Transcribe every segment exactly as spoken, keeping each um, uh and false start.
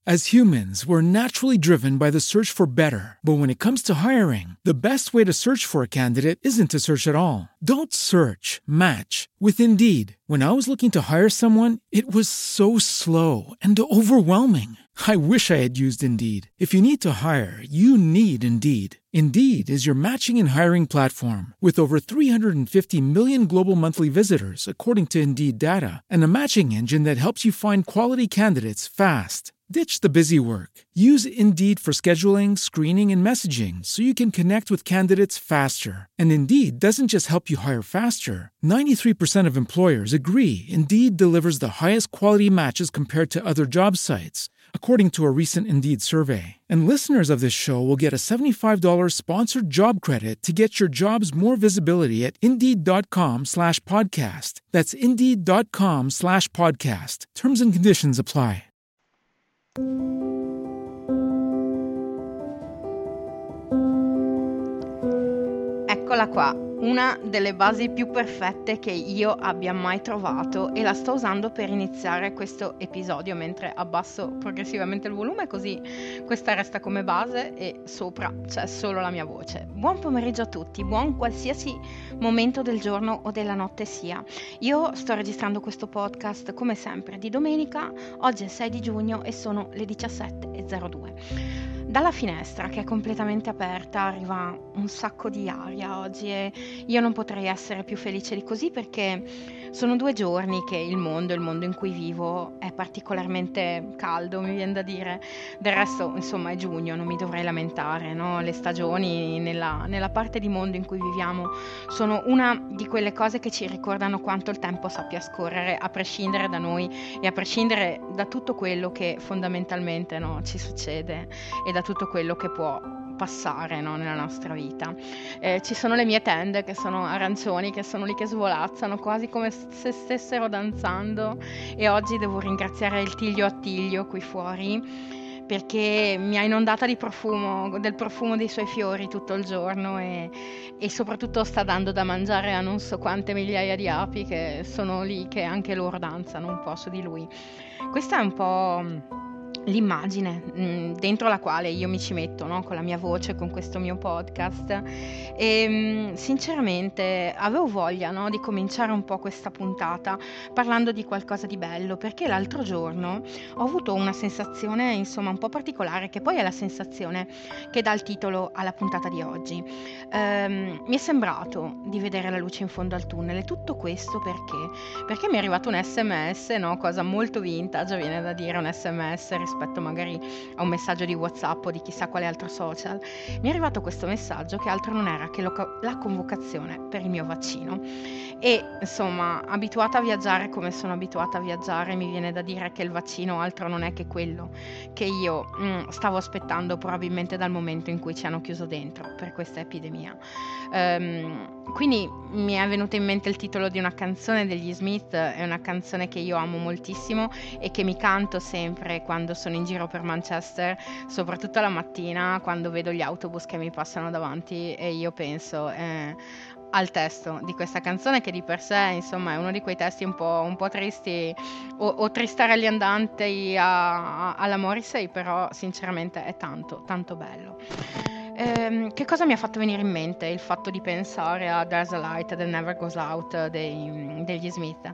As humans, we're naturally driven by the search for better. But when it comes to hiring, the best way to search for a candidate isn't to search at all. Don't search, match with Indeed. When I was looking to hire someone, it was so slow and overwhelming. I wish I had used Indeed. If you need to hire, you need Indeed. Indeed is your matching and hiring platform with over three hundred fifty million global monthly visitors, according to Indeed data, and a matching engine that helps you find quality candidates fast. Ditch the busy work. Use Indeed for scheduling, screening, and messaging so you can connect with candidates faster. And Indeed doesn't just help you hire faster. ninety-three percent of employers agree Indeed delivers the highest quality matches compared to other job sites, according to a recent Indeed survey. And listeners of this show will get a seventy-five dollars sponsored job credit to get your jobs more visibility at Indeed.com slash podcast. That's Indeed.com slash podcast. Terms and conditions apply. Eccola qua, una delle basi più perfette che io abbia mai trovato, e la sto usando per iniziare questo episodio mentre abbasso progressivamente il volume, così questa resta come base e sopra c'è solo la mia voce. Buon pomeriggio a tutti, buon qualsiasi momento del giorno o della notte sia. Io sto registrando questo podcast come sempre di domenica, oggi è sei di giugno e sono le diciassette e zero due. Dalla finestra, che è completamente aperta, arriva un sacco di aria oggi e io non potrei essere più felice di così, perché sono due giorni che il mondo, il mondo in cui vivo, è particolarmente caldo, mi viene da dire. Del resto, insomma, è giugno, non mi dovrei lamentare, no? Le stagioni nella, nella parte di mondo in cui viviamo sono una di quelle cose che ci ricordano quanto il tempo sappia scorrere, a prescindere da noi e a prescindere da tutto quello che fondamentalmente, no, ci succede e da tutto quello che può passare, no, nella nostra vita. Eh, ci sono le mie tende che sono arancioni, che sono lì che svolazzano quasi come se stessero danzando, e oggi devo ringraziare il Tiglio Attilio qui fuori perché mi ha inondata di profumo, del profumo dei suoi fiori tutto il giorno, e, e soprattutto sta dando da mangiare a non so quante migliaia di api che sono lì, che anche loro danzano un po' su di lui. Questa è un po' l'immagine mh, dentro la quale io mi ci metto, no? Con la mia voce, con questo mio podcast, e mh, sinceramente avevo voglia, no? Di cominciare un po' questa puntata parlando di qualcosa di bello, perché l'altro giorno ho avuto una sensazione, insomma, un po' particolare, che poi è la sensazione che dà il titolo alla puntata di oggi. Ehm, mi è sembrato di vedere la luce in fondo al tunnel, e tutto questo perché? Perché mi è arrivato un sms, no? Cosa molto vintage, viene da dire, un sms rispetto magari a un messaggio di WhatsApp o di chissà quale altro social. Mi è arrivato questo messaggio che altro non era che lo, la convocazione per il mio vaccino, e insomma, abituata a viaggiare come sono abituata a viaggiare, mi viene da dire che il vaccino altro non è che quello che io mh, stavo aspettando probabilmente dal momento in cui ci hanno chiuso dentro per questa epidemia. Um, quindi mi è venuto in mente il titolo di una canzone degli Smith, è una canzone che io amo moltissimo e che mi canto sempre quando sono in giro per Manchester, soprattutto la mattina quando vedo gli autobus che mi passano davanti, e io penso eh, al testo di questa canzone, che di per sé, insomma, è uno di quei testi un po', un po' tristi o, o tristarelli andanti a, a, alla Morrissey, però sinceramente è tanto, tanto bello. Ehm, che cosa mi ha fatto venire in mente il fatto di pensare a There's a Light That Never Goes Out dei, degli Smith,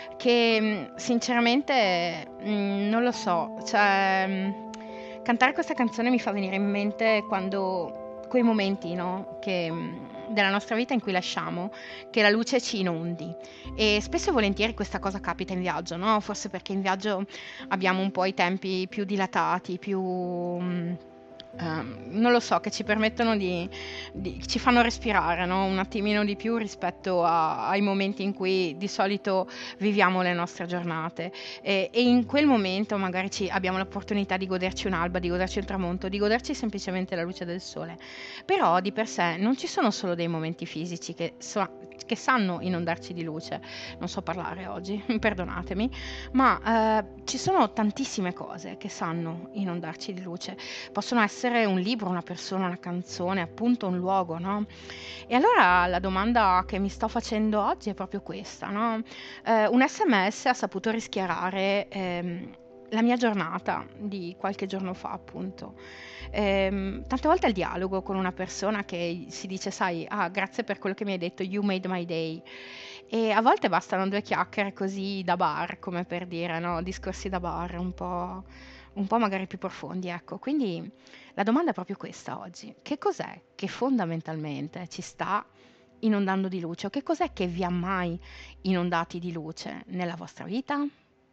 che sinceramente mh, non lo so, cioè mh, cantare questa canzone mi fa venire in mente quando quei momenti, no, che mh, della nostra vita in cui lasciamo che la luce ci inondi, e spesso e volentieri questa cosa capita in viaggio, no? Forse perché in viaggio abbiamo un po' i tempi più dilatati, più mh, Um, non lo so, che ci permettono di, di ci fanno respirare, no? Un attimino di più rispetto a, ai momenti in cui di solito viviamo le nostre giornate, e, e in quel momento magari ci, abbiamo l'opportunità di goderci un'alba, di goderci un tramonto, di goderci semplicemente la luce del sole. Però di per sé non ci sono solo dei momenti fisici che, so, che sanno inondarci di luce, non so parlare oggi, perdonatemi, ma eh, ci sono tantissime cose che sanno inondarci di luce. Possono essere un libro, una persona, una canzone, appunto un luogo, no? E allora la domanda che mi sto facendo oggi è proprio questa, no? Eh, un sms ha saputo rischiarare ehm, la mia giornata di qualche giorno fa, appunto. Ehm, tante volte il dialogo con una persona che si dice, sai, ah, grazie per quello che mi hai detto, you made my day. E a volte bastano due chiacchiere così da bar, come per dire, no? Discorsi da bar, un po', un po' magari più profondi, ecco. Quindi la domanda è proprio questa oggi. Che cos'è che fondamentalmente ci sta inondando di luce? O che cos'è che vi ha mai inondati di luce nella vostra vita?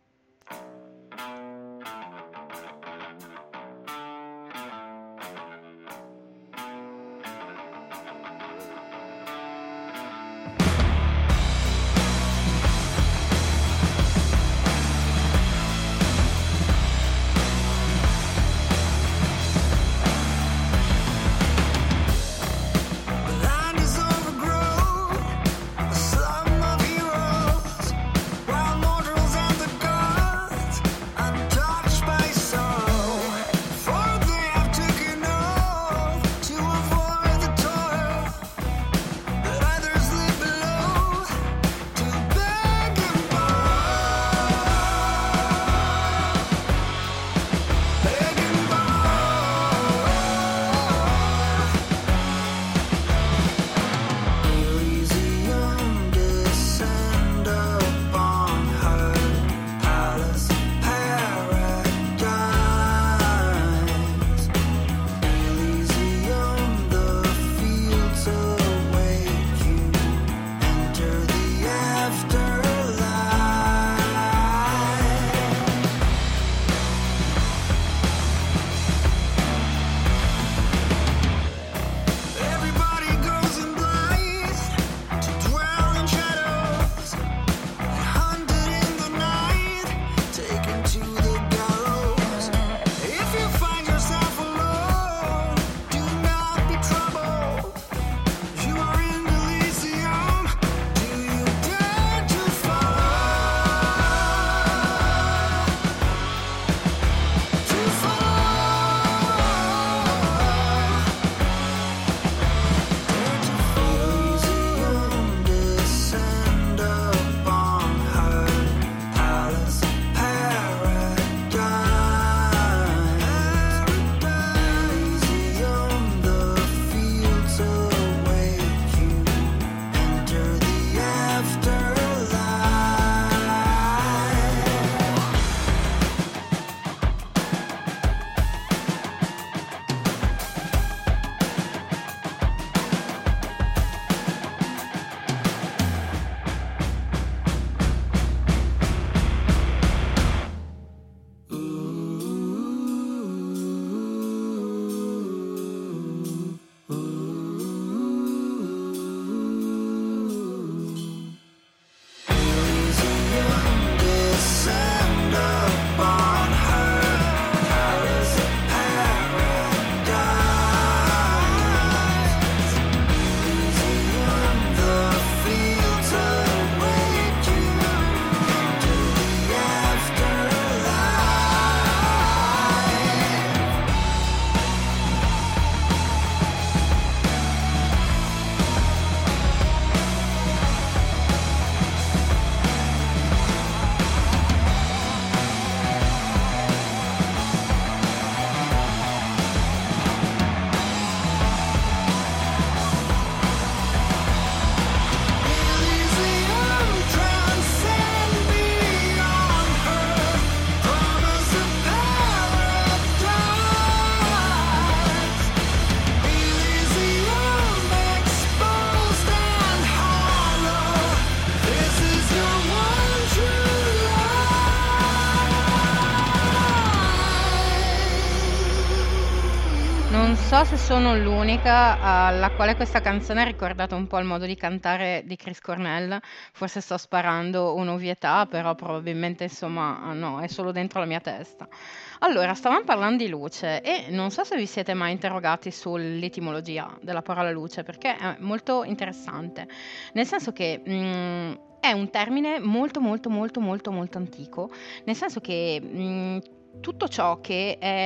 so se sono l'unica alla quale questa canzone ha ricordato un po' il modo di cantare di Chris Cornell. Forse sto sparando un'ovvietà, però probabilmente insomma no, è solo dentro la mia testa. Allora, stavamo parlando di luce e non so se vi siete mai interrogati sull'etimologia della parola luce, perché è molto interessante, nel senso che mh, è un termine molto molto molto molto molto antico, nel senso che mh, tutto ciò che è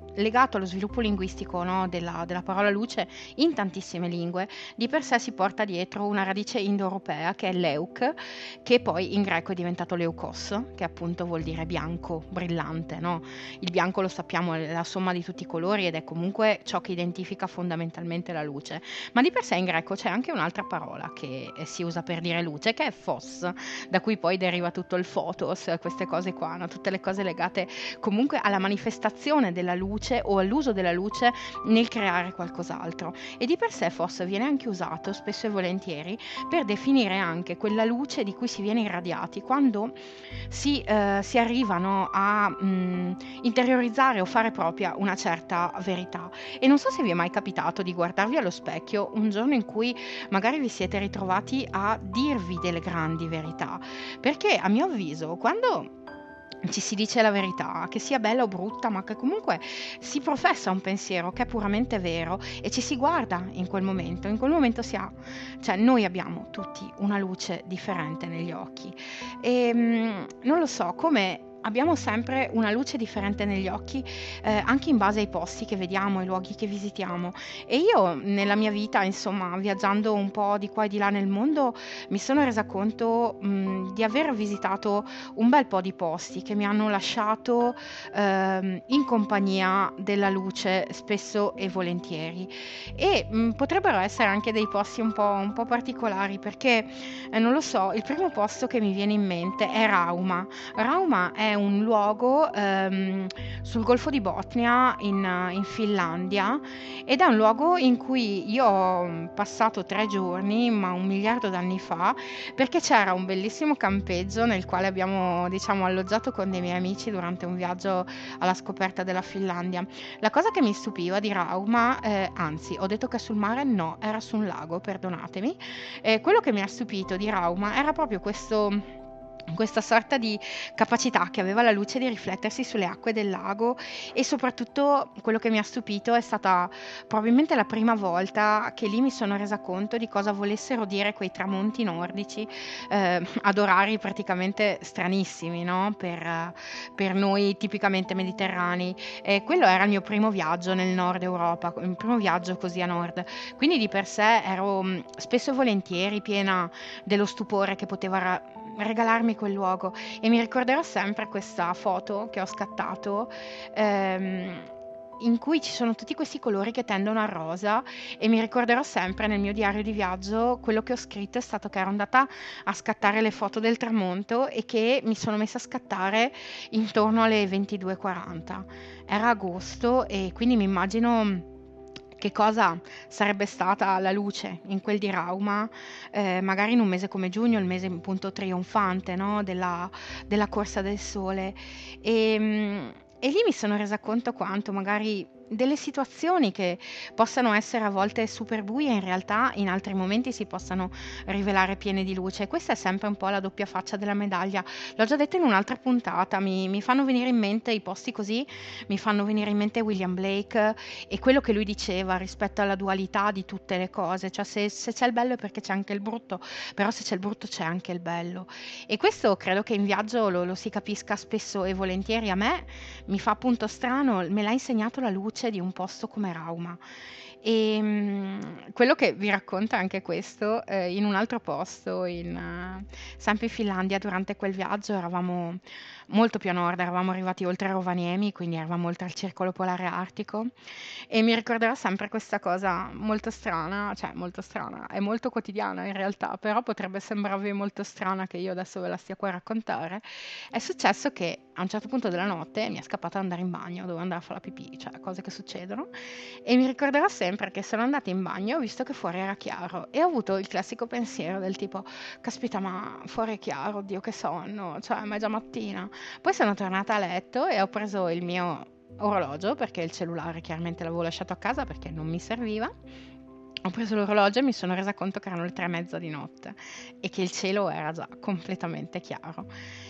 legato allo sviluppo linguistico, no, della, della parola luce in tantissime lingue, di per sé si porta dietro una radice indoeuropea che è leuk, che poi in greco è diventato leukos, che appunto vuol dire bianco, brillante, no? Il bianco, lo sappiamo, è la somma di tutti i colori ed è comunque ciò che identifica fondamentalmente la luce, ma di per sé in greco c'è anche un'altra parola che si usa per dire luce, che è phos, da cui poi deriva tutto il photos, queste cose qua, no? Tutte le cose legate comunque alla manifestazione della luce o all'uso della luce nel creare qualcos'altro. E di per sé phos viene anche usato spesso e volentieri per definire anche quella luce di cui si viene irradiati quando si, eh, si arrivano a mh, interiorizzare o fare propria una certa verità. E non so se vi è mai capitato di guardarvi allo specchio un giorno in cui magari vi siete ritrovati a dirvi delle grandi verità, perché a mio avviso quando ci si dice la verità, che sia bella o brutta, ma che comunque si professa un pensiero che è puramente vero e ci si guarda in quel momento, in quel momento si ha, cioè noi abbiamo tutti una luce differente negli occhi e mh, non lo so, come abbiamo sempre una luce differente negli occhi, eh, anche in base ai posti che vediamo, ai luoghi che visitiamo. E io nella mia vita, insomma, viaggiando un po' di qua e di là nel mondo, mi sono resa conto mh, di aver visitato un bel po' di posti che mi hanno lasciato ehm, in compagnia della luce spesso e volentieri. E mh, potrebbero essere anche dei posti un po', un po' particolari, perché eh, non lo so, il primo posto che mi viene in mente è Rauma. Rauma è un luogo ehm, sul Golfo di Botnia in, in Finlandia ed è un luogo in cui io ho passato tre giorni, ma un miliardo d'anni fa, perché c'era un bellissimo campeggio nel quale abbiamo, diciamo, alloggiato con dei miei amici durante un viaggio alla scoperta della Finlandia. La cosa che mi stupiva di Rauma, eh, anzi, ho detto che sul mare, no, era su un lago, perdonatemi, eh, quello che mi ha stupito di Rauma era proprio questo questa sorta di capacità che aveva la luce di riflettersi sulle acque del lago e soprattutto quello che mi ha stupito è stata probabilmente la prima volta che lì mi sono resa conto di cosa volessero dire quei tramonti nordici eh, ad orari praticamente stranissimi, no? per, per noi tipicamente mediterranei. E quello era il mio primo viaggio nel nord Europa, il primo viaggio così a nord, quindi di per sé ero spesso e volentieri piena dello stupore che poteva ra- regalarmi quel luogo e mi ricorderò sempre questa foto che ho scattato ehm, in cui ci sono tutti questi colori che tendono al rosa e mi ricorderò sempre nel mio diario di viaggio quello che ho scritto è stato che ero andata a scattare le foto del tramonto e che mi sono messa a scattare intorno alle ventidue e quaranta. Era agosto e quindi mi immagino che cosa sarebbe stata la luce in quel di Rauma, eh, magari in un mese come giugno, il mese appunto trionfante, no? della, della corsa del sole. E, e lì mi sono resa conto quanto magari delle situazioni che possano essere a volte super buie in realtà in altri momenti si possano rivelare piene di luce. Questa è sempre un po' la doppia faccia della medaglia. L'ho già detto in un'altra puntata, mi, mi fanno venire in mente i posti così, mi fanno venire in mente William Blake e quello che lui diceva rispetto alla dualità di tutte le cose, cioè se, se c'è il bello è perché c'è anche il brutto, però se c'è il brutto c'è anche il bello. E questo credo che in viaggio lo, lo si capisca spesso e volentieri. A me mi fa appunto strano, me l'ha insegnato la luce di un posto come Rauma. E mh, quello che vi racconto è anche questo, eh, in un altro posto, in, uh, sempre in Finlandia, durante quel viaggio eravamo molto più a nord, eravamo arrivati oltre Rovaniemi, quindi eravamo oltre il circolo polare artico e mi ricorderò sempre questa cosa molto strana, cioè molto strana, è molto quotidiana in realtà, però potrebbe sembrarvi molto strana che io adesso ve la stia qua a raccontare. È successo che a un certo punto della notte mi è scappato ad andare in bagno, dovevo andare a fare la pipì, cioè cose che succedono, e mi ricorderò sempre che sono andata in bagno, ho visto che fuori era chiaro e ho avuto il classico pensiero del tipo, caspita, ma fuori è chiaro, oddio che sonno, cioè ma è già mattina. Poi sono tornata a letto e ho preso il mio orologio, perché il cellulare chiaramente l'avevo lasciato a casa perché non mi serviva. Ho preso l'orologio e mi sono resa conto che erano le tre e mezza di notte e che il cielo era già completamente chiaro.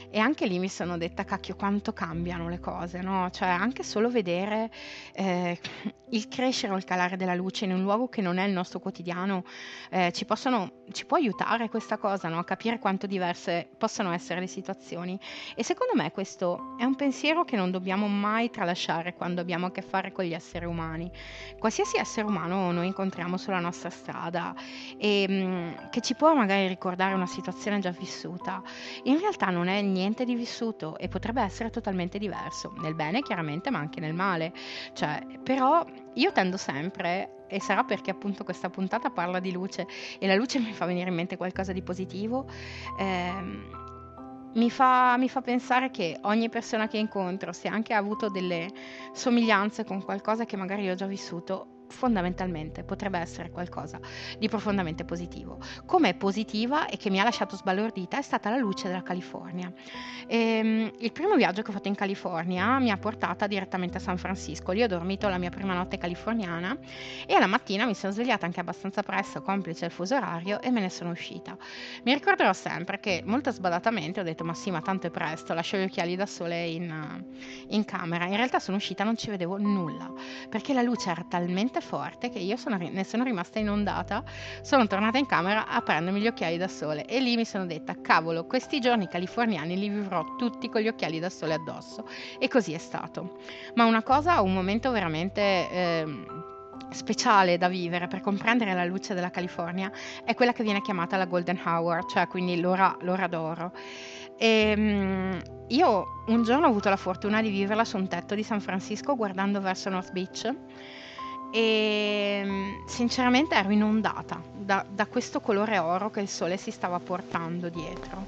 E anche lì mi sono detta, cacchio, quanto cambiano le cose, no? Cioè anche solo vedere eh, il crescere o il calare della luce in un luogo che non è il nostro quotidiano, eh, ci possono, ci può aiutare questa cosa, no? A capire quanto diverse possono essere le situazioni. E secondo me questo è un pensiero che non dobbiamo mai tralasciare quando abbiamo a che fare con gli esseri umani. Qualsiasi essere umano noi incontriamo sulla nostra strada e mh, che ci può magari ricordare una situazione già vissuta, in realtà non è niente di vissuto e potrebbe essere totalmente diverso, nel bene chiaramente, ma anche nel male. Cioè, però io tendo sempre, e sarà perché appunto questa puntata parla di luce e la luce mi fa venire in mente qualcosa di positivo, ehm, mi fa, mi fa pensare che ogni persona che incontro, se anche ha avuto delle somiglianze con qualcosa che magari io ho già vissuto, fondamentalmente potrebbe essere qualcosa di profondamente positivo. Come positiva e che mi ha lasciato sbalordita è stata la luce della California. E, il primo viaggio che ho fatto in California mi ha portata direttamente a San Francisco. Lì ho dormito la mia prima notte californiana e alla mattina mi sono svegliata anche abbastanza presto, complice il fuso orario, e me ne sono uscita. Mi ricorderò sempre che molto sbadatamente ho detto: ma sì, ma tanto è presto, lascio gli occhiali da sole in, in camera. In realtà sono uscita, non ci vedevo nulla, perché la luce era talmente forte che io sono, ne sono rimasta inondata. Sono tornata in camera a prendermi gli occhiali da sole e lì mi sono detta: cavolo, questi giorni californiani li vivrò tutti con gli occhiali da sole addosso. E così è stato. Ma una cosa, un momento veramente eh, speciale da vivere per comprendere la luce della California è quella che viene chiamata la Golden Hour, cioè quindi l'ora, l'ora d'oro. E, um, io un giorno ho avuto la fortuna di viverla su un tetto di San Francisco guardando verso North Beach e sinceramente ero inondata da, da questo colore oro che il sole si stava portando dietro.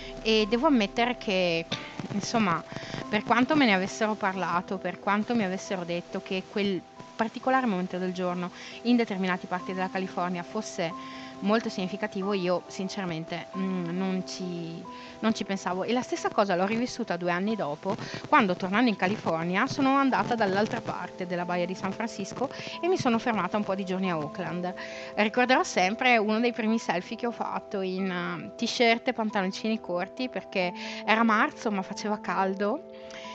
E devo ammettere che, insomma, per quanto me ne avessero parlato, per quanto mi avessero detto che quel particolare momento del giorno in determinate parti della California fosse molto significativo, io sinceramente mh, non, ci, non ci pensavo. E la stessa cosa l'ho rivissuta due anni dopo, quando tornando in California sono andata dall'altra parte della baia di San Francisco e mi sono fermata un po' di giorni a Oakland. Ricorderò sempre uno dei primi selfie che ho fatto in uh, t-shirt e pantaloncini corti, perché era marzo ma faceva caldo.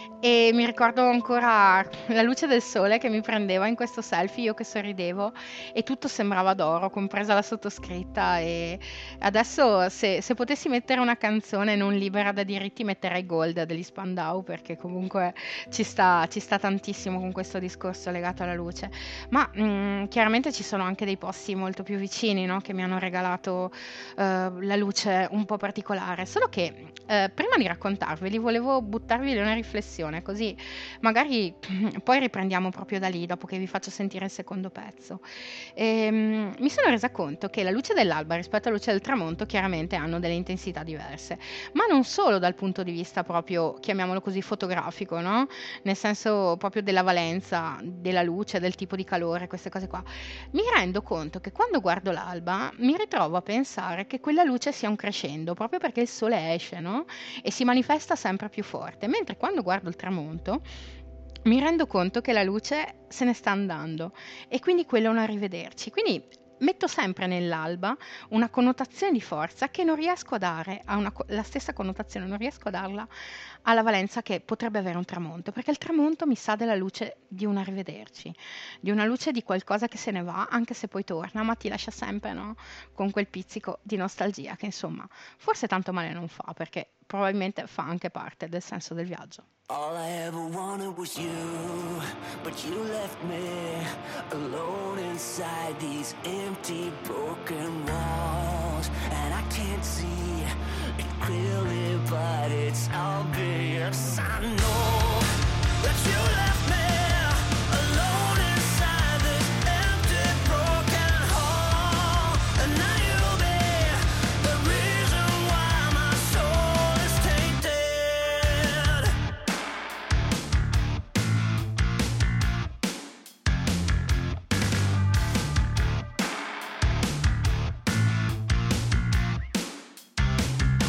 E mi ricordo ancora la luce del sole che mi prendeva in questo selfie, io che sorridevo e tutto sembrava d'oro, compresa la sottoscritta. E adesso se, se potessi mettere una canzone non libera da diritti metterei Gold degli Spandau, perché comunque ci sta, ci sta tantissimo con questo discorso legato alla luce. Ma mh, chiaramente ci sono anche dei posti molto più vicini, no? Che mi hanno regalato uh, la luce un po' particolare, solo che uh, prima di raccontarveli volevo buttarvi una riflessione, così magari poi riprendiamo proprio da lì dopo che vi faccio sentire il secondo pezzo. E, um, mi sono resa conto che la luce dell'alba rispetto alla luce del tramonto chiaramente hanno delle intensità diverse, ma non solo dal punto di vista proprio, chiamiamolo così, fotografico, no? Nel senso proprio della valenza della luce, del tipo di calore, queste cose qua. Mi rendo conto che quando guardo l'alba mi ritrovo a pensare che quella luce sia un crescendo, proprio perché il sole esce, no? E si manifesta sempre più forte, mentre quando guardo il tramonto mi rendo conto che la luce se ne sta andando e quindi quello è un arrivederci. Quindi metto sempre nell'alba una connotazione di forza che non riesco a dare a una, la stessa connotazione non riesco a darla alla valenza che potrebbe avere un tramonto, perché il tramonto mi sa della luce di un arrivederci, di una luce di qualcosa che se ne va, anche se poi torna, ma ti lascia sempre, no? Con quel pizzico di nostalgia che insomma forse tanto male non fa, perché probabilmente fa anche parte del senso del viaggio. All I ever wanted was you, but you left me alone inside these empty, broken walls. And I can't see it clearly, but it's obvious. I know that you left me alone inside this empty, broken hall. And now you'll be the reason why my soul is tainted.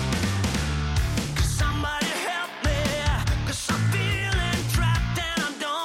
Somebody help me, 'cause I'm feeling trapped and I don't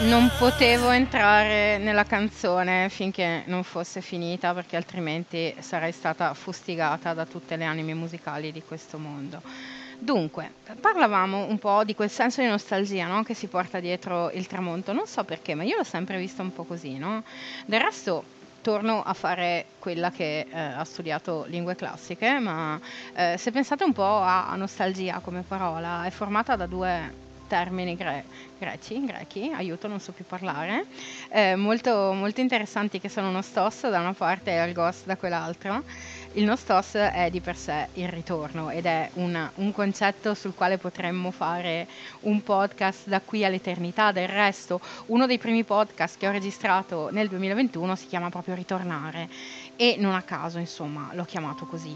Non potevo entrare nella canzone finché non fosse finita, perché altrimenti sarei stata fustigata da tutte le anime musicali di questo mondo. Dunque, parlavamo un po' di quel senso di nostalgia, no? Che si porta dietro il tramonto. Non so perché, ma io l'ho sempre visto un po' così, no? Del resto torno a fare quella che eh, ha studiato lingue classiche, ma eh, se pensate un po' a, a nostalgia come parola, è formata da due termini gre- greci, grechi, aiuto, non so più parlare, eh, molto, molto interessanti, che sono nostos da una parte e algos da quell'altra. Il nostos è di per sé il ritorno ed è un, un concetto sul quale potremmo fare un podcast da qui all'eternità. Del resto, uno dei primi podcast che ho registrato nel duemilaventuno si chiama proprio Ritornare, e non a caso, insomma, l'ho chiamato così.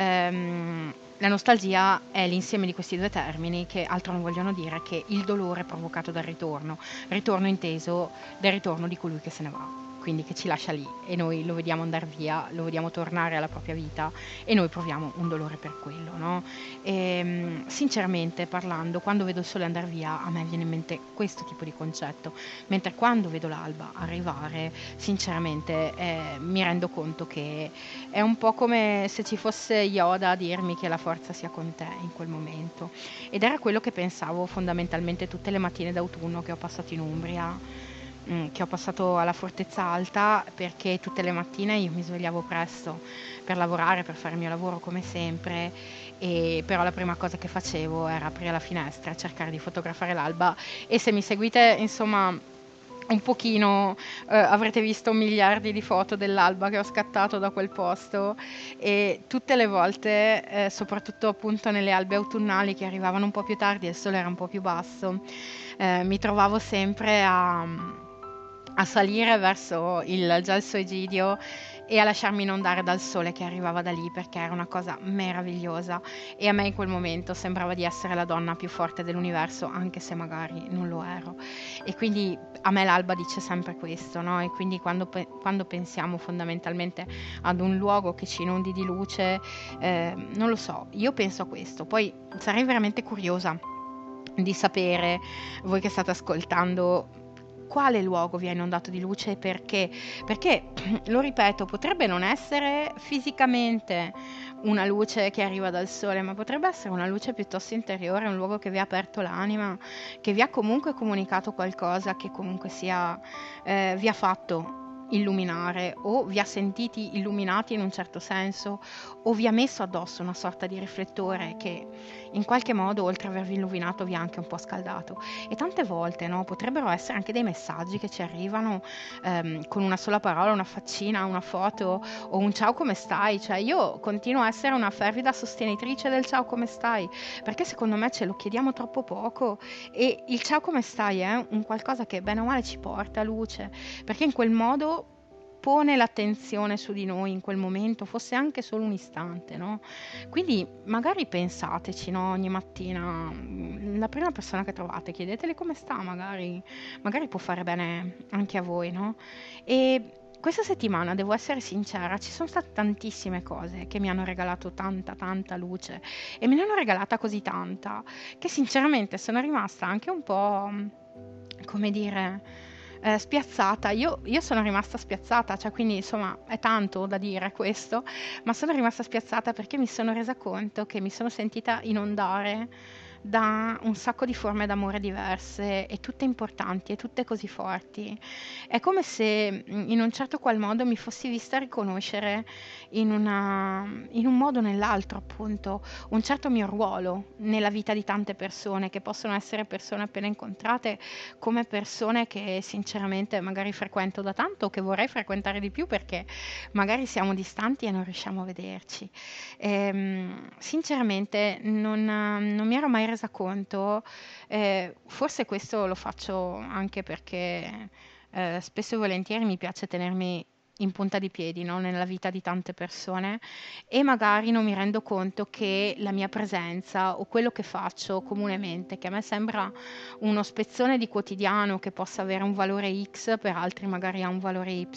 Ehm, la nostalgia è l'insieme di questi due termini, che altro non vogliono dire che il dolore provocato dal ritorno, ritorno inteso del ritorno di colui che se ne va, quindi che ci lascia lì e noi lo vediamo andare via, lo vediamo tornare alla propria vita e noi proviamo un dolore per quello, no? E, sinceramente parlando, quando vedo il sole andare via a me viene in mente questo tipo di concetto, mentre quando vedo l'alba arrivare, sinceramente eh, mi rendo conto che è un po' come se ci fosse Yoda a dirmi che la forza sia con te in quel momento, ed era quello che pensavo fondamentalmente tutte le mattine d'autunno che ho passato in Umbria, che ho passato alla Fortezza Alta, perché tutte le mattine io mi svegliavo presto per lavorare, per fare il mio lavoro come sempre, e però la prima cosa che facevo era aprire la finestra, cercare di fotografare l'alba, e se mi seguite insomma un pochino eh, avrete visto miliardi di foto dell'alba che ho scattato da quel posto, e tutte le volte eh, soprattutto appunto nelle albe autunnali che arrivavano un po' più tardi e il sole era un po' più basso, eh, mi trovavo sempre a a salire verso il Gelso Egidio e a lasciarmi inondare dal sole che arrivava da lì, perché era una cosa meravigliosa, e a me in quel momento sembrava di essere la donna più forte dell'universo, anche se magari non lo ero. E quindi a me l'alba dice sempre questo, no? E quindi quando, pe- quando pensiamo fondamentalmente ad un luogo che ci inondi di luce, eh, non lo so, io penso a questo. Poi sarei veramente curiosa di sapere, voi che state ascoltando, quale luogo vi ha inondato di luce e perché? Perché, lo ripeto, potrebbe non essere fisicamente una luce che arriva dal sole, ma potrebbe essere una luce piuttosto interiore, un luogo che vi ha aperto l'anima, che vi ha comunque comunicato qualcosa, che comunque sia eh, vi ha fatto illuminare, o vi ha sentiti illuminati in un certo senso, o vi ha messo addosso una sorta di riflettore che in qualche modo, oltre ad avervi illuminato, vi ha anche un po' scaldato. E tante volte, no, potrebbero essere anche dei messaggi che ci arrivano ehm, con una sola parola, una faccina, una foto o un ciao come stai. Cioè io continuo a essere una fervida sostenitrice del ciao come stai, perché secondo me ce lo chiediamo troppo poco, e il ciao come stai è un qualcosa che bene o male ci porta luce, perché in quel modo pone l'attenzione su di noi in quel momento, fosse anche solo un istante, no? Quindi magari pensateci, no? Ogni mattina, la prima persona che trovate, chiedetele come sta, magari, magari può fare bene anche a voi, no? E questa settimana, devo essere sincera, ci sono state tantissime cose che mi hanno regalato tanta, tanta luce, e me ne hanno regalata così tanta, che sinceramente sono rimasta anche un po', come dire... Eh, spiazzata, io, io sono rimasta spiazzata, cioè quindi insomma è tanto da dire questo, ma sono rimasta spiazzata perché mi sono resa conto che mi sono sentita inondare da un sacco di forme d'amore diverse, e tutte importanti e tutte così forti. È come se in un certo qual modo mi fossi vista riconoscere in, una, in un modo o nell'altro, appunto, un certo mio ruolo nella vita di tante persone, che possono essere persone appena incontrate, come persone che sinceramente magari frequento da tanto, o che vorrei frequentare di più perché magari siamo distanti e non riusciamo a vederci. Ehm, sinceramente non, non mi ero mai resa conto, eh, forse questo lo faccio anche perché eh, spesso e volentieri mi piace tenermi in punta di piedi, no? Nella vita di tante persone, e magari non mi rendo conto che la mia presenza o quello che faccio comunemente, che a me sembra uno spezzone di quotidiano che possa avere un valore X, per altri magari ha un valore Y,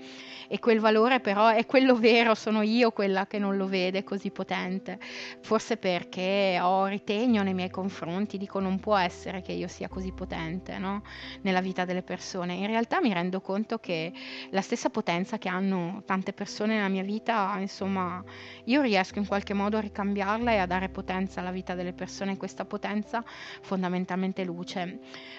e quel valore però è quello vero, sono io quella che non lo vede così potente, forse perché ho ritegno nei miei confronti, dico non può essere che io sia così potente, no? Nella vita delle persone. In realtà mi rendo conto che la stessa potenza che hanno tante persone nella mia vita, insomma, io riesco in qualche modo a ricambiarla e a dare potenza alla vita delle persone, questa potenza fondamentalmente luce.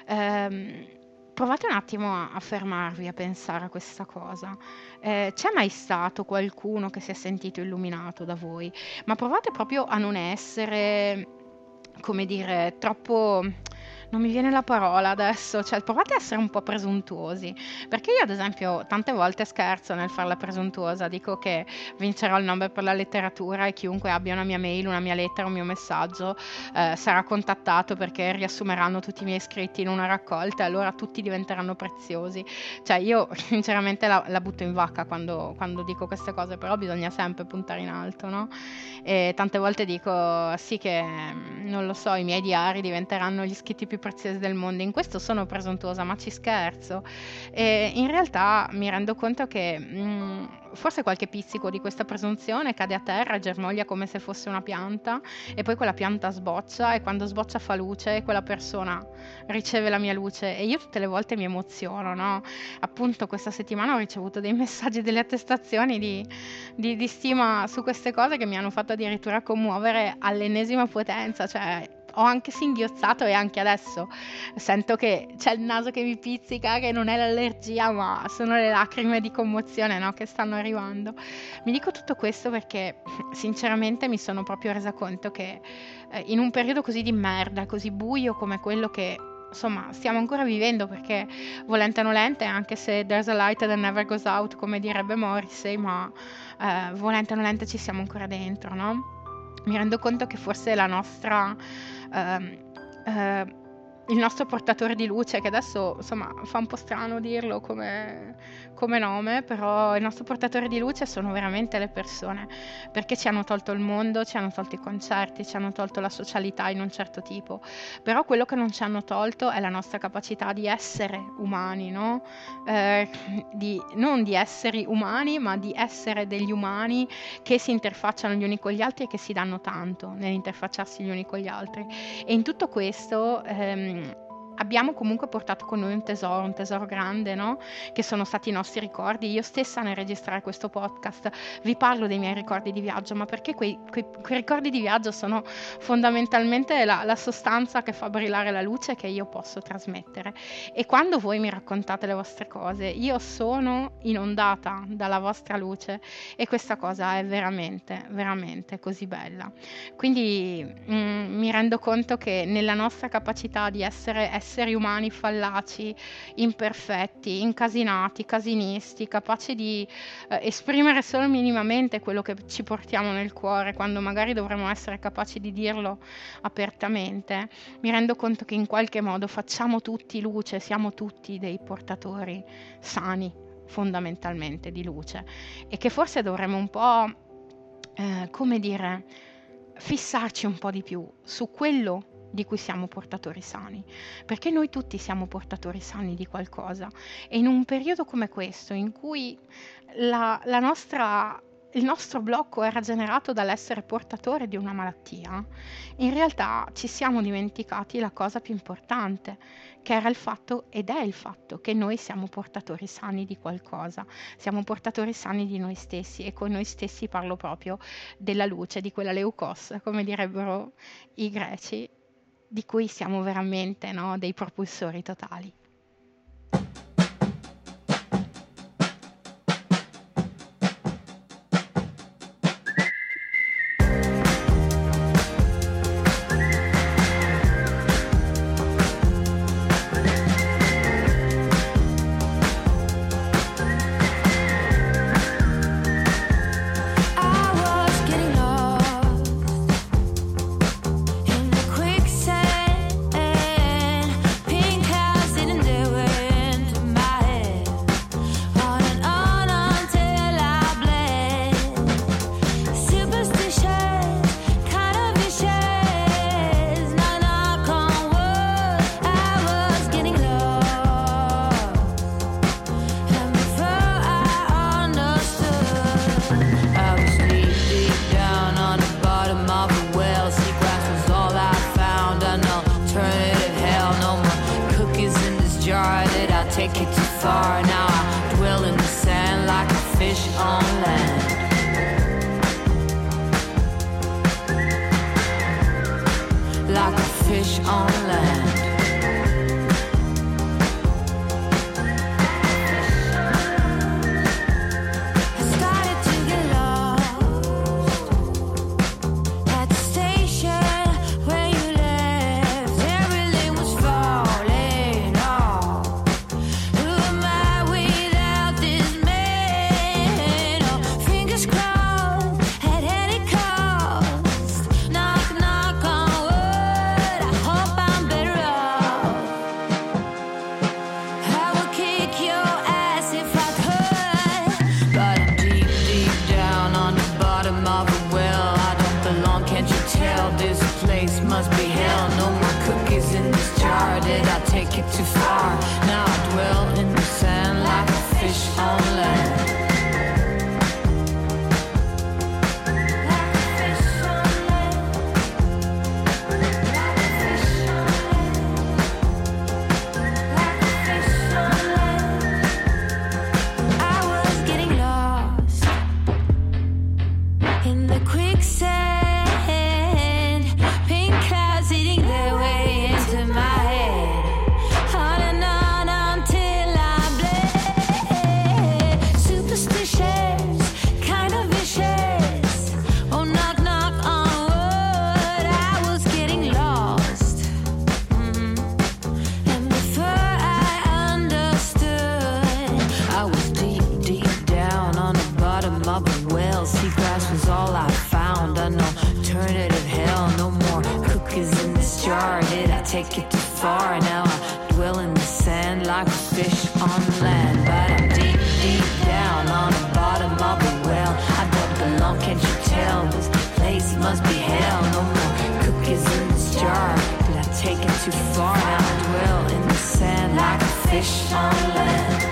Ehm, provate un attimo a, a fermarvi, a pensare a questa cosa. Eh, c'è mai stato qualcuno che si è sentito illuminato da voi? Ma provate proprio a non essere, come dire, troppo... non mi viene la parola adesso, cioè provate a essere un po' presuntuosi, perché io ad esempio tante volte scherzo nel farla presuntuosa, dico che vincerò il Nobel per la letteratura e chiunque abbia una mia mail, una mia lettera, un mio messaggio eh, sarà contattato, perché riassumeranno tutti i miei scritti in una raccolta e allora tutti diventeranno preziosi. Cioè io sinceramente la, la butto in vacca quando, quando dico queste cose, però bisogna sempre puntare in alto, no? E tante volte dico sì che, non lo so, i miei diari diventeranno gli scritti più preziosi del mondo. In questo sono presuntuosa, ma ci scherzo. E in realtà mi rendo conto che mh, forse qualche pizzico di questa presunzione cade a terra, germoglia come se fosse una pianta, e poi quella pianta sboccia, e quando sboccia fa luce e quella persona riceve la mia luce, e io tutte le volte mi emoziono, no? Appunto questa settimana ho ricevuto dei messaggi, delle attestazioni di, di, di stima su queste cose che mi hanno fatto addirittura commuovere all'ennesima potenza, cioè ho anche singhiozzato, e anche adesso sento che c'è il naso che mi pizzica, che non è l'allergia ma sono le lacrime di commozione, no? Che stanno arrivando. Mi dico tutto questo perché sinceramente mi sono proprio resa conto che eh, in un periodo così di merda, così buio come quello che insomma stiamo ancora vivendo, perché volente o nolente, anche se there's a light that never goes out, come direbbe Morrissey, ma eh, volente o nolente ci siamo ancora dentro, no? Mi rendo conto che forse la nostra ehm, eh, il nostro portatore di luce, che adesso insomma fa un po' strano dirlo come, come nome, però il nostro portatore di luce sono veramente le persone, perché ci hanno tolto il mondo, ci hanno tolto i concerti, ci hanno tolto la socialità in un certo tipo, però quello che non ci hanno tolto è la nostra capacità di essere umani, no? Eh, di, non di esseri umani, ma di essere degli umani che si interfacciano gli uni con gli altri e che si danno tanto nell'interfacciarsi gli uni con gli altri. E in tutto questo ehm, abbiamo comunque portato con noi un tesoro, un tesoro grande, no? Che sono stati i nostri ricordi. Io stessa nel registrare questo podcast vi parlo dei miei ricordi di viaggio, ma perché quei, quei, quei ricordi di viaggio sono fondamentalmente la, la sostanza che fa brillare la luce che io posso trasmettere. E quando voi mi raccontate le vostre cose, io sono inondata dalla vostra luce, e questa cosa è veramente, veramente così bella. Quindi mm, mi rendo conto che nella nostra capacità di essere esseri umani fallaci, imperfetti, incasinati, casinisti, capaci di eh, esprimere solo minimamente quello che ci portiamo nel cuore, quando magari dovremmo essere capaci di dirlo apertamente, mi rendo conto che in qualche modo facciamo tutti luce, siamo tutti dei portatori sani fondamentalmente di luce, e che forse dovremmo un po' eh, come dire fissarci un po' di più su quello di cui siamo portatori sani, perché noi tutti siamo portatori sani di qualcosa, e in un periodo come questo in cui la, la nostra, il nostro blocco era generato dall'essere portatore di una malattia, in realtà ci siamo dimenticati la cosa più importante, che era il fatto, ed è il fatto, che noi siamo portatori sani di qualcosa, siamo portatori sani di noi stessi, e con noi stessi parlo proprio della luce, di quella leucos, come direbbero i greci, di cui siamo veramente, no, dei propulsori totali. Quicksand, pink house in take it too far. Now I dwell in the sand like a fish on land. Like a fish on land. Take it too far. Now I dwell in the sand like a fish on land. Like a fish on land. Like a fish on land. I was getting lost in the quicksand. Pink clouds eating their way into my head. Take it too far. Now I dwell in the sand like a fish on land. But I'm deep, deep down on the bottom of a well. I don't belong, can't you tell? This place must be hell. No more cookies in this jar. Did I take it too far? Now I dwell in the sand like a fish on land.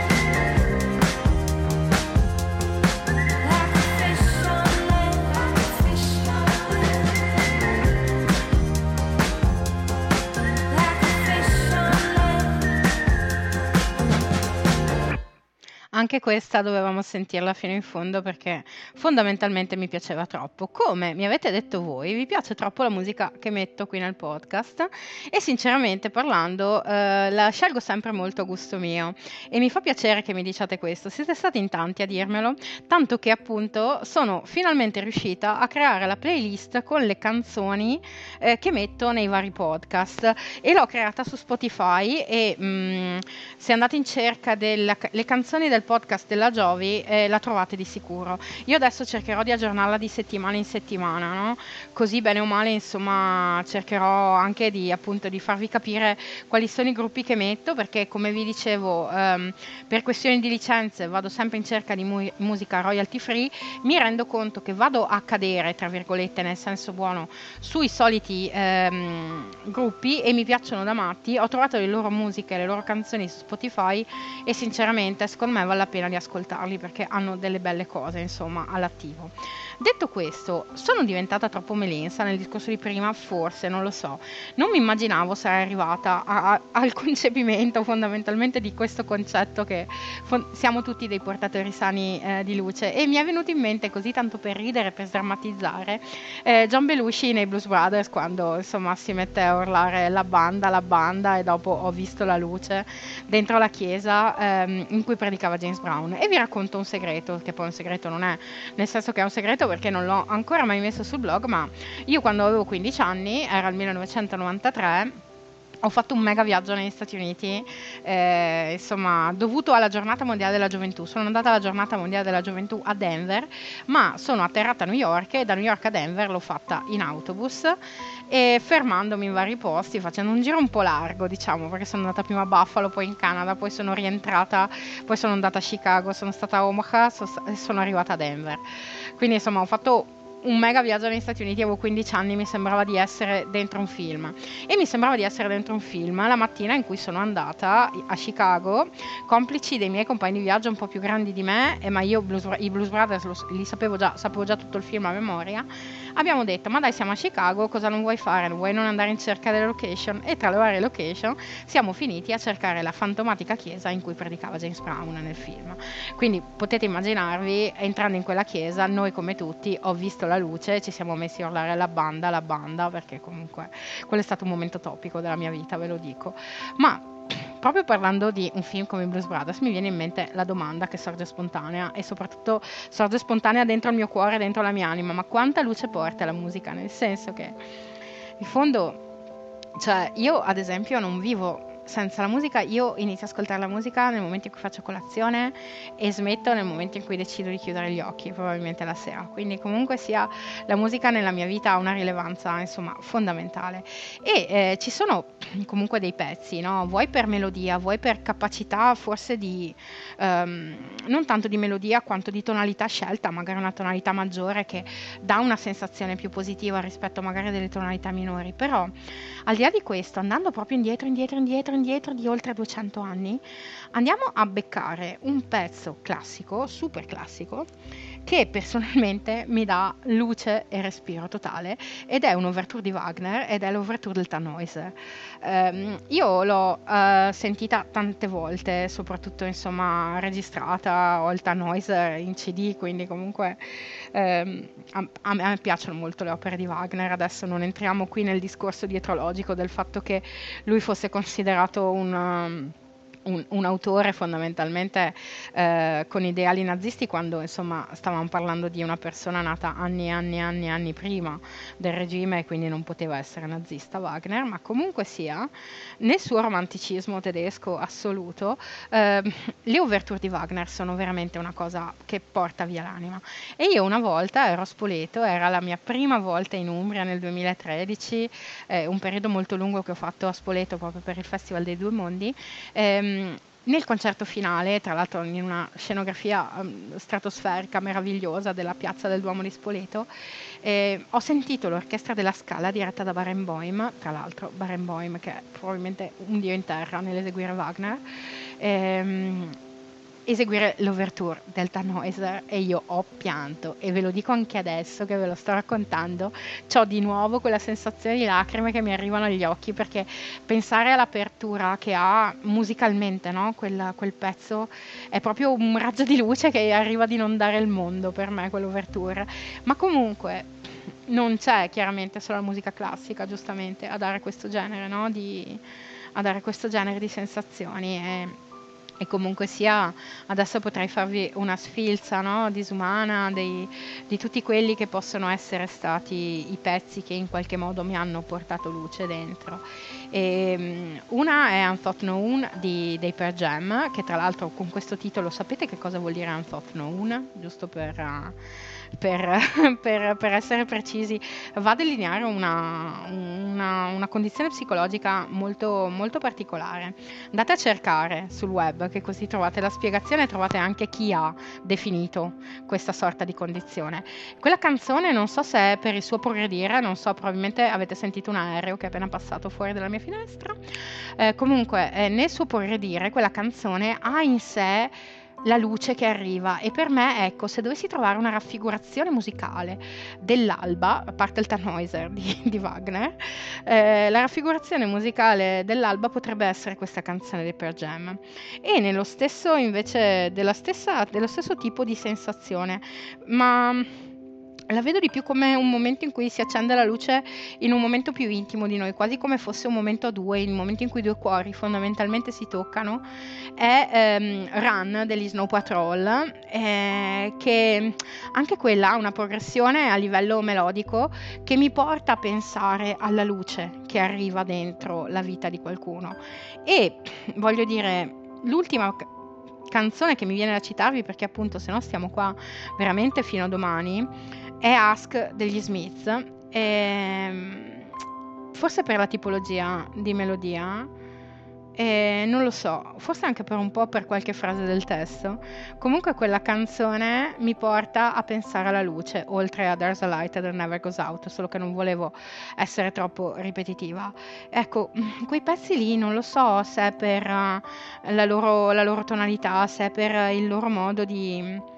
Anche questa dovevamo sentirla fino in fondo perché fondamentalmente mi piaceva troppo. Come mi avete detto voi, vi piace troppo la musica che metto qui nel podcast e sinceramente parlando eh, la scelgo sempre molto a gusto mio e mi fa piacere che mi diciate questo. Siete stati in tanti a dirmelo, tanto che appunto sono finalmente riuscita a creare la playlist con le canzoni eh, che metto nei vari podcast e l'ho creata su Spotify e mh, se andate in cerca delle canzoni del podcast della Giovi eh, la trovate di sicuro. Io adesso cercherò di aggiornarla di settimana in settimana, no? Così bene o male insomma cercherò anche di appunto di farvi capire quali sono i gruppi che metto, perché come vi dicevo ehm, per questioni di licenze vado sempre in cerca di mu- musica royalty free. Mi rendo conto che vado a cadere tra virgolette nel senso buono sui soliti ehm, gruppi e mi piacciono da matti. Ho trovato le loro musiche, le loro canzoni su Spotify e sinceramente secondo me vale la pena di ascoltarli perché hanno delle belle cose insomma all'attivo. Detto questo, sono diventata troppo melensa nel discorso di prima, forse, non lo so. Non mi immaginavo sarei arrivata a, a, al concepimento fondamentalmente di questo concetto che fon- siamo tutti dei portatori sani eh, di luce, e mi è venuto in mente così tanto per ridere, per sdrammatizzare, eh, John Belushi nei Blues Brothers quando insomma si mette a urlare la banda, la banda e dopo ho visto la luce dentro la chiesa ehm, in cui predicava James Brown. E vi racconto un segreto, che poi un segreto non è, nel senso che è un segreto perché non l'ho ancora mai messo sul blog, ma io quando avevo quindici anni, era il millenovecentonovantatré, ho fatto un mega viaggio negli Stati Uniti, eh, insomma, dovuto alla giornata mondiale della gioventù. Sono andata alla giornata mondiale della gioventù a Denver, ma sono atterrata a New York e da New York a Denver l'ho fatta in autobus e fermandomi in vari posti, facendo un giro un po' largo, diciamo, perché sono andata prima a Buffalo, poi in Canada, poi sono rientrata, poi sono andata a Chicago, sono stata a Omaha e sono arrivata a Denver. Quindi insomma ho fatto un mega viaggio negli Stati Uniti, avevo quindici anni, mi sembrava di essere dentro un film e mi sembrava di essere dentro un film la mattina in cui sono andata a Chicago, complici dei miei compagni di viaggio un po' più grandi di me, eh, ma io blues, i Blues Brothers lo, li sapevo già, sapevo già tutto il film a memoria. abbiamo detto, ma dai, siamo a Chicago, cosa non vuoi fare? Non vuoi non andare in cerca delle location? E tra le varie location siamo finiti a cercare la fantomatica chiesa in cui predicava James Brown nel film. Quindi potete immaginarvi, entrando in quella chiesa, noi come tutti, ho visto la luce, ci siamo messi a urlare la banda, la banda, perché comunque quello è stato un momento topico della mia vita, ve lo dico. Ma proprio parlando di un film come Blues Brothers mi viene in mente la domanda che sorge spontanea, e soprattutto sorge spontanea dentro il mio cuore, dentro la mia anima: ma quanta luce porta la musica? Nel senso che in fondo, cioè, io ad esempio non vivo senza la musica. Io inizio a ascoltare la musica nel momento in cui faccio colazione e smetto nel momento in cui decido di chiudere gli occhi, probabilmente la sera. Quindi comunque sia, la musica nella mia vita ha una rilevanza, insomma, fondamentale. E eh, ci sono comunque dei pezzi, no? Vuoi per melodia, vuoi per capacità forse di um, non tanto di melodia quanto di tonalità scelta, magari una tonalità maggiore che dà una sensazione più positiva rispetto magari a delle tonalità minori. Però al di là di questo, andando proprio indietro, indietro, indietro, indietro di oltre duecento anni, andiamo a beccare un pezzo classico, super classico, che personalmente mi dà luce e respiro totale, ed è un overture di Wagner, ed è l'overture del Tannhäuser. Um, io l'ho uh, sentita tante volte, soprattutto insomma registrata, ho il Tannhäuser in C D, quindi comunque um, a, a me piacciono molto le opere di Wagner. Adesso non entriamo qui nel discorso dietrologico del fatto che lui fosse considerato un... Um, Un, un autore fondamentalmente eh, con ideali nazisti, quando insomma stavamo parlando di una persona nata anni e anni e anni e anni prima del regime, e quindi non poteva essere nazista Wagner. Ma comunque sia, nel suo romanticismo tedesco assoluto, eh, le ouverture di Wagner sono veramente una cosa che porta via l'anima. E io una volta ero a Spoleto, era la mia prima volta in Umbria nel duemilatredici, eh, un periodo molto lungo che ho fatto a Spoleto proprio per il Festival dei Due Mondi. ehm, Nel concerto finale, tra l'altro in una scenografia um, stratosferica meravigliosa della piazza del Duomo di Spoleto, eh, ho sentito l'orchestra della Scala diretta da Barenboim, tra l'altro Barenboim che è probabilmente un dio in terra nell'eseguire Wagner, ehm, eseguire l'ouverture del Tannhäuser, e io ho pianto, e ve lo dico anche adesso che ve lo sto raccontando, c'ho di nuovo quella sensazione di lacrime che mi arrivano agli occhi, perché pensare all'apertura che ha musicalmente, no? Quel, quel pezzo è proprio un raggio di luce che arriva ad inondare il mondo per me, quell'ouverture. Ma comunque non c'è chiaramente solo la musica classica, giustamente, a dare questo genere, no? di, a dare questo genere di sensazioni. E E comunque sia, adesso potrei farvi una sfilza, no, disumana dei, di tutti quelli che possono essere stati i pezzi che in qualche modo mi hanno portato luce dentro. E, una è Unthought Known di, dei Pearl Jam, che tra l'altro con questo titolo sapete che cosa vuol dire Unthought Known? Giusto per... Uh, Per, per, per essere precisi, va a delineare una, una, una condizione psicologica molto, molto particolare. Andate a cercare sul web, che così trovate la spiegazione e trovate anche chi ha definito questa sorta di condizione. Quella canzone, non so se è per il suo progredire, non so, probabilmente avete sentito un aereo che è appena passato fuori dalla mia finestra. Eh, comunque, eh, nel suo progredire, quella canzone ha in sé la luce che arriva, e per me, ecco, se dovessi trovare una raffigurazione musicale dell'alba, a parte il Tannhäuser di, di Wagner, eh, la raffigurazione musicale dell'alba potrebbe essere questa canzone dei Pearl Jam, e nello stesso invece della stessa, dello stesso tipo di sensazione, ma la vedo di più come un momento in cui si accende la luce in un momento più intimo di noi, quasi come fosse un momento a due, il momento in cui due cuori fondamentalmente si toccano. È ehm, Run degli Snow Patrol, eh, che anche quella ha una progressione a livello melodico che mi porta a pensare alla luce che arriva dentro la vita di qualcuno. E voglio dire, l'ultima canzone che mi viene da citarvi, perché appunto se no stiamo qua veramente fino a domani, è Ask degli Smiths, e forse per la tipologia di melodia, e non lo so, forse anche per un po' per qualche frase del testo. Comunque quella canzone mi porta a pensare alla luce, oltre a There's a Light That Never Goes Out, solo che non volevo essere troppo ripetitiva. Ecco, quei pezzi lì non lo so se è per uh, la loro, la loro tonalità, se è per il loro modo di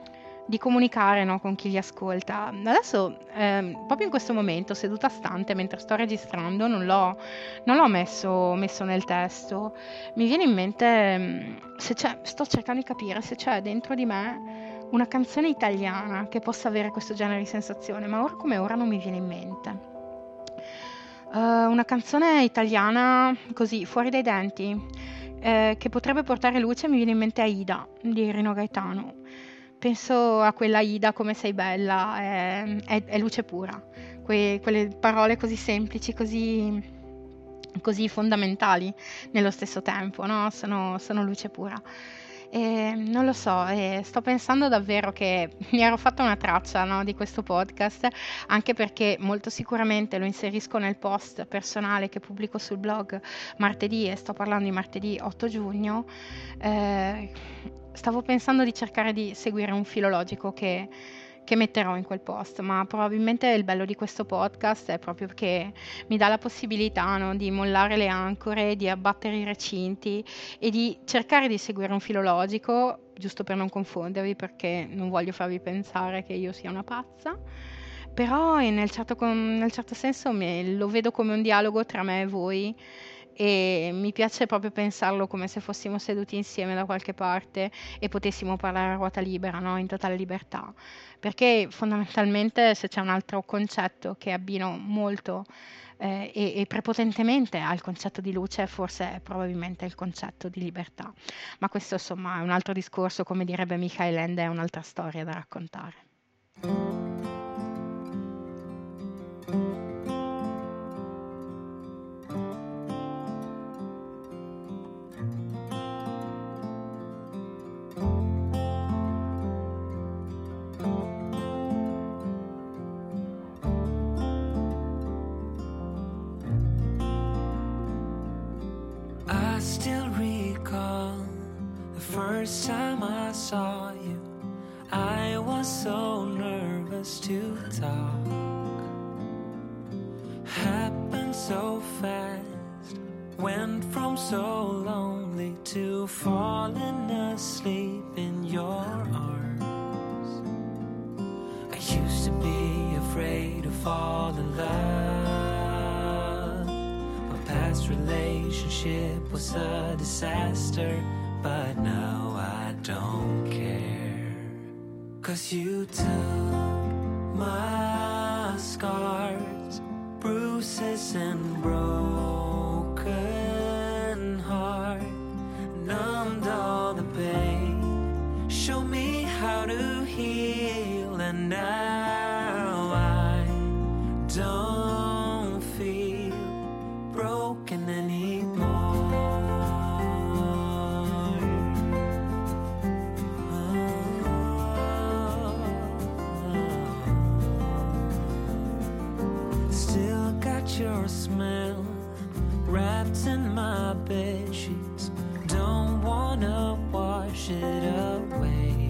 di comunicare, no, con chi li ascolta. Adesso, ehm, proprio in questo momento, seduta stante, mentre sto registrando, non l'ho, non l'ho messo, messo nel testo. Mi viene in mente, se c'è, sto cercando di capire se c'è dentro di me una canzone italiana che possa avere questo genere di sensazione, ma ora come ora non mi viene in mente. Uh, una canzone italiana così, fuori dai denti, eh, che potrebbe portare luce, mi viene in mente Aida di Rino Gaetano. Penso a quella Aida, come sei bella, è, è, è luce pura. Que, quelle parole così semplici, così, così fondamentali nello stesso tempo, no? Sono, sono luce pura. E non lo so, e sto pensando davvero che mi ero fatta una traccia, no, di questo podcast, anche perché molto sicuramente lo inserisco nel post personale che pubblico sul blog martedì, e sto parlando di martedì otto giugno. Eh, stavo pensando di cercare di seguire un filologico che che metterò in quel post, ma probabilmente il bello di questo podcast è proprio che mi dà la possibilità, no, di mollare le ancore, di abbattere i recinti e di cercare di seguire un filologico, giusto per non confondervi, perché non voglio farvi pensare che io sia una pazza, però nel certo, nel certo senso me, lo vedo come un dialogo tra me e voi, e mi piace proprio pensarlo come se fossimo seduti insieme da qualche parte e potessimo parlare a ruota libera, no? In totale libertà, perché fondamentalmente, se c'è un altro concetto che abbino molto eh, e, e prepotentemente al concetto di luce, forse è probabilmente il concetto di libertà, ma questo insomma è un altro discorso, come direbbe Michael Ende, è un'altra storia da raccontare. Still recall the first time I saw you. I was so nervous to talk. Happened so fast, went from so lonely to falling asleep in your arms. I used to be afraid to fall in love. Past relationship was a disaster, but now I don't care. 'Cause you took my scars, bruises and broken heart, numbed all the pain, showed me how to heal, and now I don't feel broken anymore. Oh, still got your smell wrapped in my bed sheets. Don't wanna wash it away.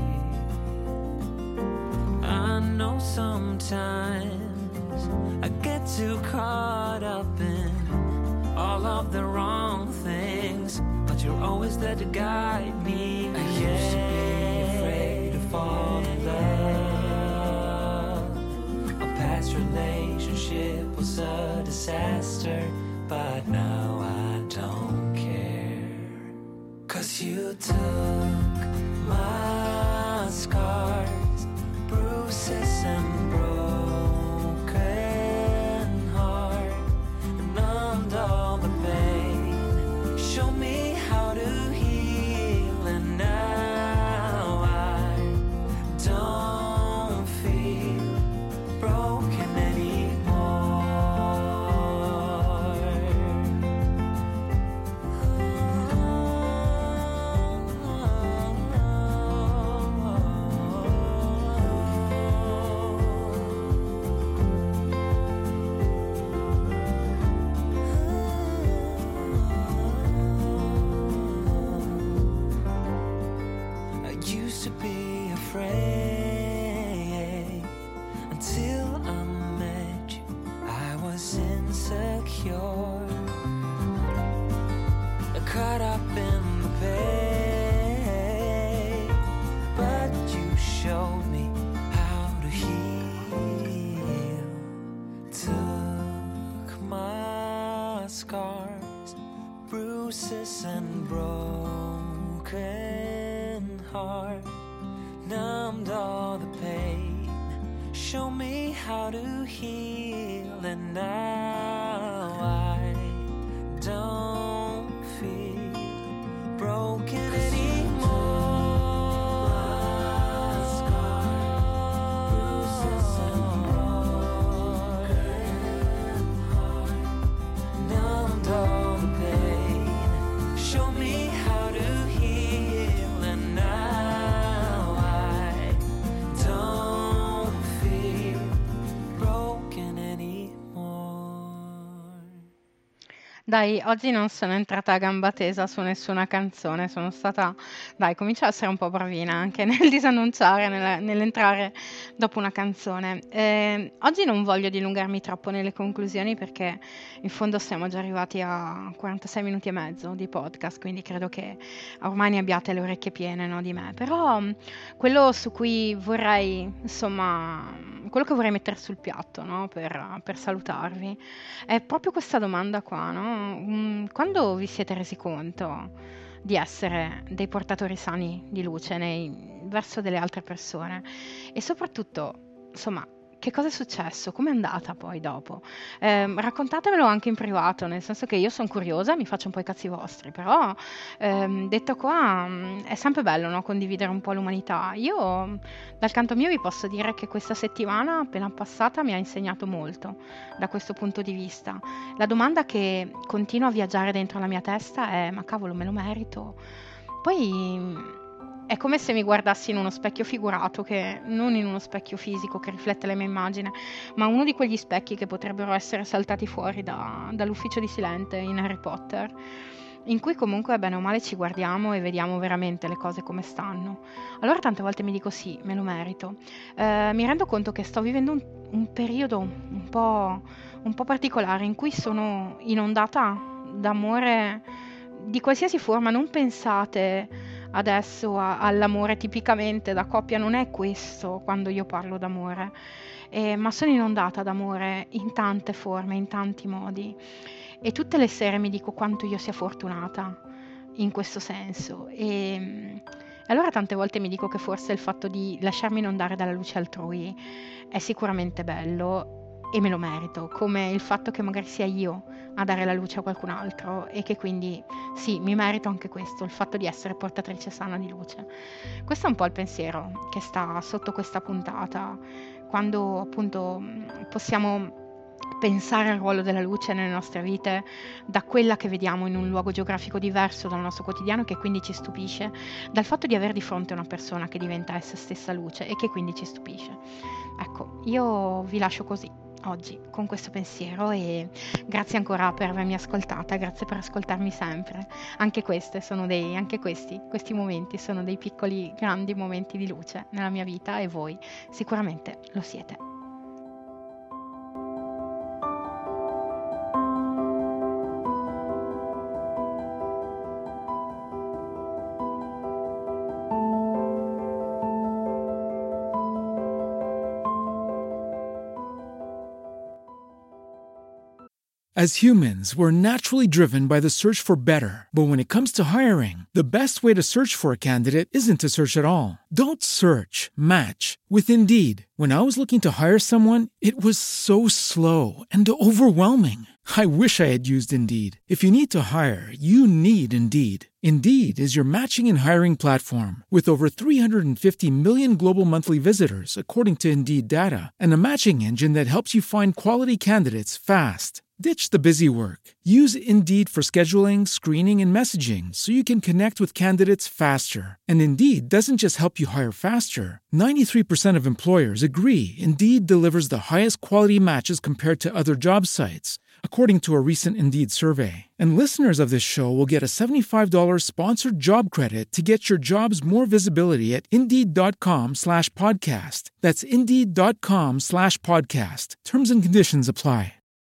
I know sometimes I get too caught up in all of the wrong things, but you're always there to guide me. I used to be afraid to fall in love. A past relationship was a disaster, but now I don't care. 'Cause you took my scars, bruises and broken heart, and numbed all the pain, show me how to heal, and now I don't feel broken anymore. To be afraid until I met you. I was insecure, caught up in the pain, but you showed me bruises and broken heart, numbed all the pain, show me how to heal, and now I don't feel broken anymore. Dai, oggi non sono entrata a gamba tesa su nessuna canzone, sono stata, dai, comincio a essere un po' bravina anche nel disannunciare, nel- nell'entrare dopo una canzone. Eh, oggi non voglio dilungarmi troppo nelle conclusioni perché in fondo siamo già arrivati a quarantasei minuti e mezzo di podcast, quindi credo che ormai ne abbiate le orecchie piene, no, di me. Però mh, quello su cui vorrei, insomma, quello che vorrei mettere sul piatto, no, per, per salutarvi, è proprio questa domanda qua, no? Mm, Quando vi siete resi conto di essere dei portatori sani di luce nei- verso delle altre persone e soprattutto, insomma, che cosa è successo? Com'è andata poi dopo? Ehm, raccontatemelo anche in privato, nel senso che io sono curiosa, mi faccio un po' i cazzi vostri, però ehm, detto qua, mm, è sempre bello, no, condividere un po' l'umanità. Io dal canto mio vi posso dire che questa settimana appena passata mi ha insegnato molto da questo punto di vista. La domanda che continua a viaggiare dentro la mia testa è: ma cavolo, me lo merito? Poi mh, è come se mi guardassi in uno specchio figurato, che non in uno specchio fisico che riflette la mia immagine, ma uno di quegli specchi che potrebbero essere saltati fuori da- dall'ufficio di Silente in Harry Potter, in cui comunque bene o male ci guardiamo e vediamo veramente le cose come stanno. Allora tante volte mi dico sì, me lo merito. Eh, mi rendo conto che sto vivendo un, un periodo un po', un po' particolare in cui sono inondata d'amore di qualsiasi forma. Non pensate adesso a- all'amore tipicamente da coppia, non è questo quando io parlo d'amore. Eh, ma sono inondata d'amore in tante forme, in tanti modi, e tutte le sere mi dico quanto io sia fortunata in questo senso. E mm, allora tante volte mi dico che forse il fatto di lasciarmi inondare dalla luce altrui è sicuramente bello e me lo merito, come il fatto che magari sia io a dare la luce a qualcun altro, e che quindi sì, mi merito anche questo, il fatto di essere portatrice sana di luce. Questo è un po' il pensiero che sta sotto questa puntata, quando appunto mh, possiamo pensare al ruolo della luce nelle nostre vite da quella che vediamo in un luogo geografico diverso dal nostro quotidiano, che quindi ci stupisce, dal fatto di avere di fronte una persona che diventa essa stessa luce e che quindi ci stupisce. Ecco, io vi lascio così oggi con questo pensiero, e grazie ancora per avermi ascoltata, grazie per ascoltarmi sempre. Anche queste sono dei, anche questi, questi momenti sono dei piccoli grandi momenti di luce nella mia vita, e voi sicuramente lo siete. As humans, we're naturally driven by the search for better. But when it comes to hiring, the best way to search for a candidate isn't to search at all. Don't search, match with Indeed. When I was looking to hire someone, it was so slow and overwhelming. I wish I had used Indeed. If you need to hire, you need Indeed. Indeed is your matching and hiring platform with over three hundred fifty million global monthly visitors, according to Indeed data, and a matching engine that helps you find quality candidates fast. Ditch the busy work. Use Indeed for scheduling, screening, and messaging so you can connect with candidates faster. And Indeed doesn't just help you hire faster. ninety-three percent of employers agree Indeed delivers the highest quality matches compared to other job sites, according to a recent Indeed survey. And listeners of this show will get a seventy-five dollars sponsored job credit to get your jobs more visibility at Indeed.com slash podcast. That's Indeed.com slash podcast. Terms and conditions apply.